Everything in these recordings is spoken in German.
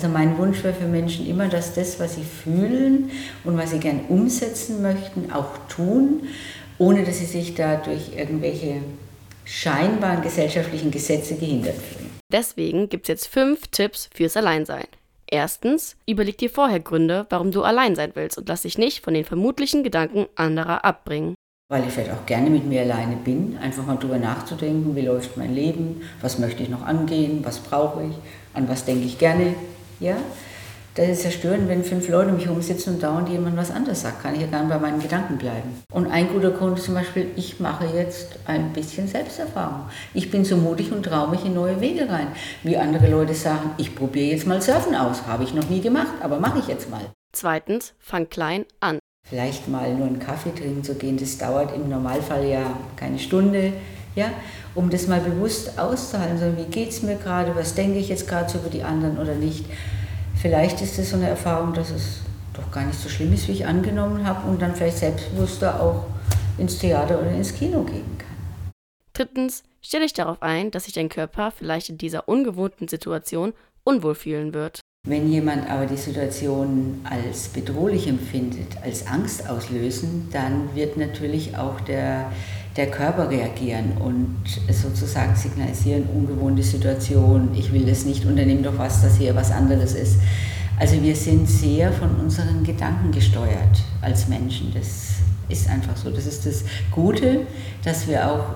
Also mein Wunsch wäre für Menschen immer, dass das, was sie fühlen und was sie gern umsetzen möchten, auch tun, ohne dass sie sich da durch irgendwelche scheinbaren gesellschaftlichen Gesetze gehindert fühlen. Deswegen gibt es jetzt 5 Tipps fürs Alleinsein. Erstens, überleg dir vorher Gründe, warum du allein sein willst und lass dich nicht von den vermutlichen Gedanken anderer abbringen. Weil ich vielleicht auch gerne mit mir alleine bin, einfach mal drüber nachzudenken, wie läuft mein Leben, was möchte ich noch angehen, was brauche ich, an was denke ich gerne. Ja? Das ist ja störend, wenn 5 Leute um mich rumsitzen und dauernd jemand was anderes sagt, kann ich ja gar nicht bei meinen Gedanken bleiben. Und ein guter Grund ist zum Beispiel, ich mache jetzt ein bisschen Selbsterfahrung. Ich bin so mutig und traue mich in neue Wege rein. Wie andere Leute sagen, ich probiere jetzt mal Surfen aus, habe ich noch nie gemacht, aber mache ich jetzt mal. Zweitens, fang klein an. Vielleicht mal nur einen Kaffee trinken zu gehen, das dauert im Normalfall ja keine Stunde, ja, um das mal bewusst auszuhalten, sondern wie geht es mir gerade, was denke ich jetzt gerade so über die anderen oder nicht. Vielleicht ist das so eine Erfahrung, dass es doch gar nicht so schlimm ist, wie ich angenommen habe und dann vielleicht selbstbewusster auch ins Theater oder ins Kino gehen kann. Drittens, stell dich darauf ein, dass sich dein Körper vielleicht in dieser ungewohnten Situation unwohl fühlen wird. Wenn jemand aber die Situation als bedrohlich empfindet, als Angst auslösen, dann wird natürlich auch der Körper reagieren und sozusagen signalisieren, ungewohnte Situation, ich will das nicht, unternehmen doch was, dass hier was anderes ist. Also wir sind sehr von unseren Gedanken gesteuert als Menschen, das ist einfach so. Das ist das Gute, dass wir auch,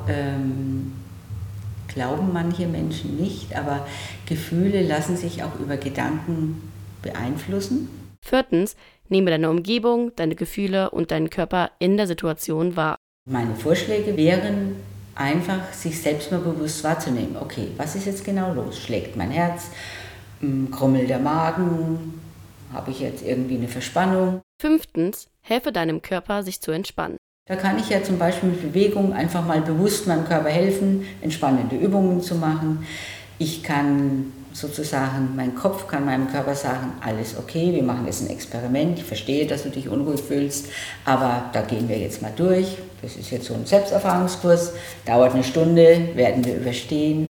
glauben manche Menschen nicht, aber Gefühle lassen sich auch über Gedanken beeinflussen. Viertens, nehme deine Umgebung, deine Gefühle und deinen Körper in der Situation wahr. Meine Vorschläge wären einfach, sich selbst mal bewusst wahrzunehmen. Okay, was ist jetzt genau los? Schlägt mein Herz? Krummelt der Magen? Habe ich jetzt irgendwie eine Verspannung? Fünftens, helfe deinem Körper, sich zu entspannen. Da kann ich ja zum Beispiel mit Bewegung einfach mal bewusst meinem Körper helfen, entspannende Übungen zu machen. Ich kann sozusagen, mein Kopf kann meinem Körper sagen, alles okay, wir machen jetzt ein Experiment, ich verstehe, dass du dich unruhig fühlst, aber da gehen wir jetzt mal durch. Das ist jetzt so ein Selbsterfahrungskurs, dauert eine Stunde, werden wir überstehen.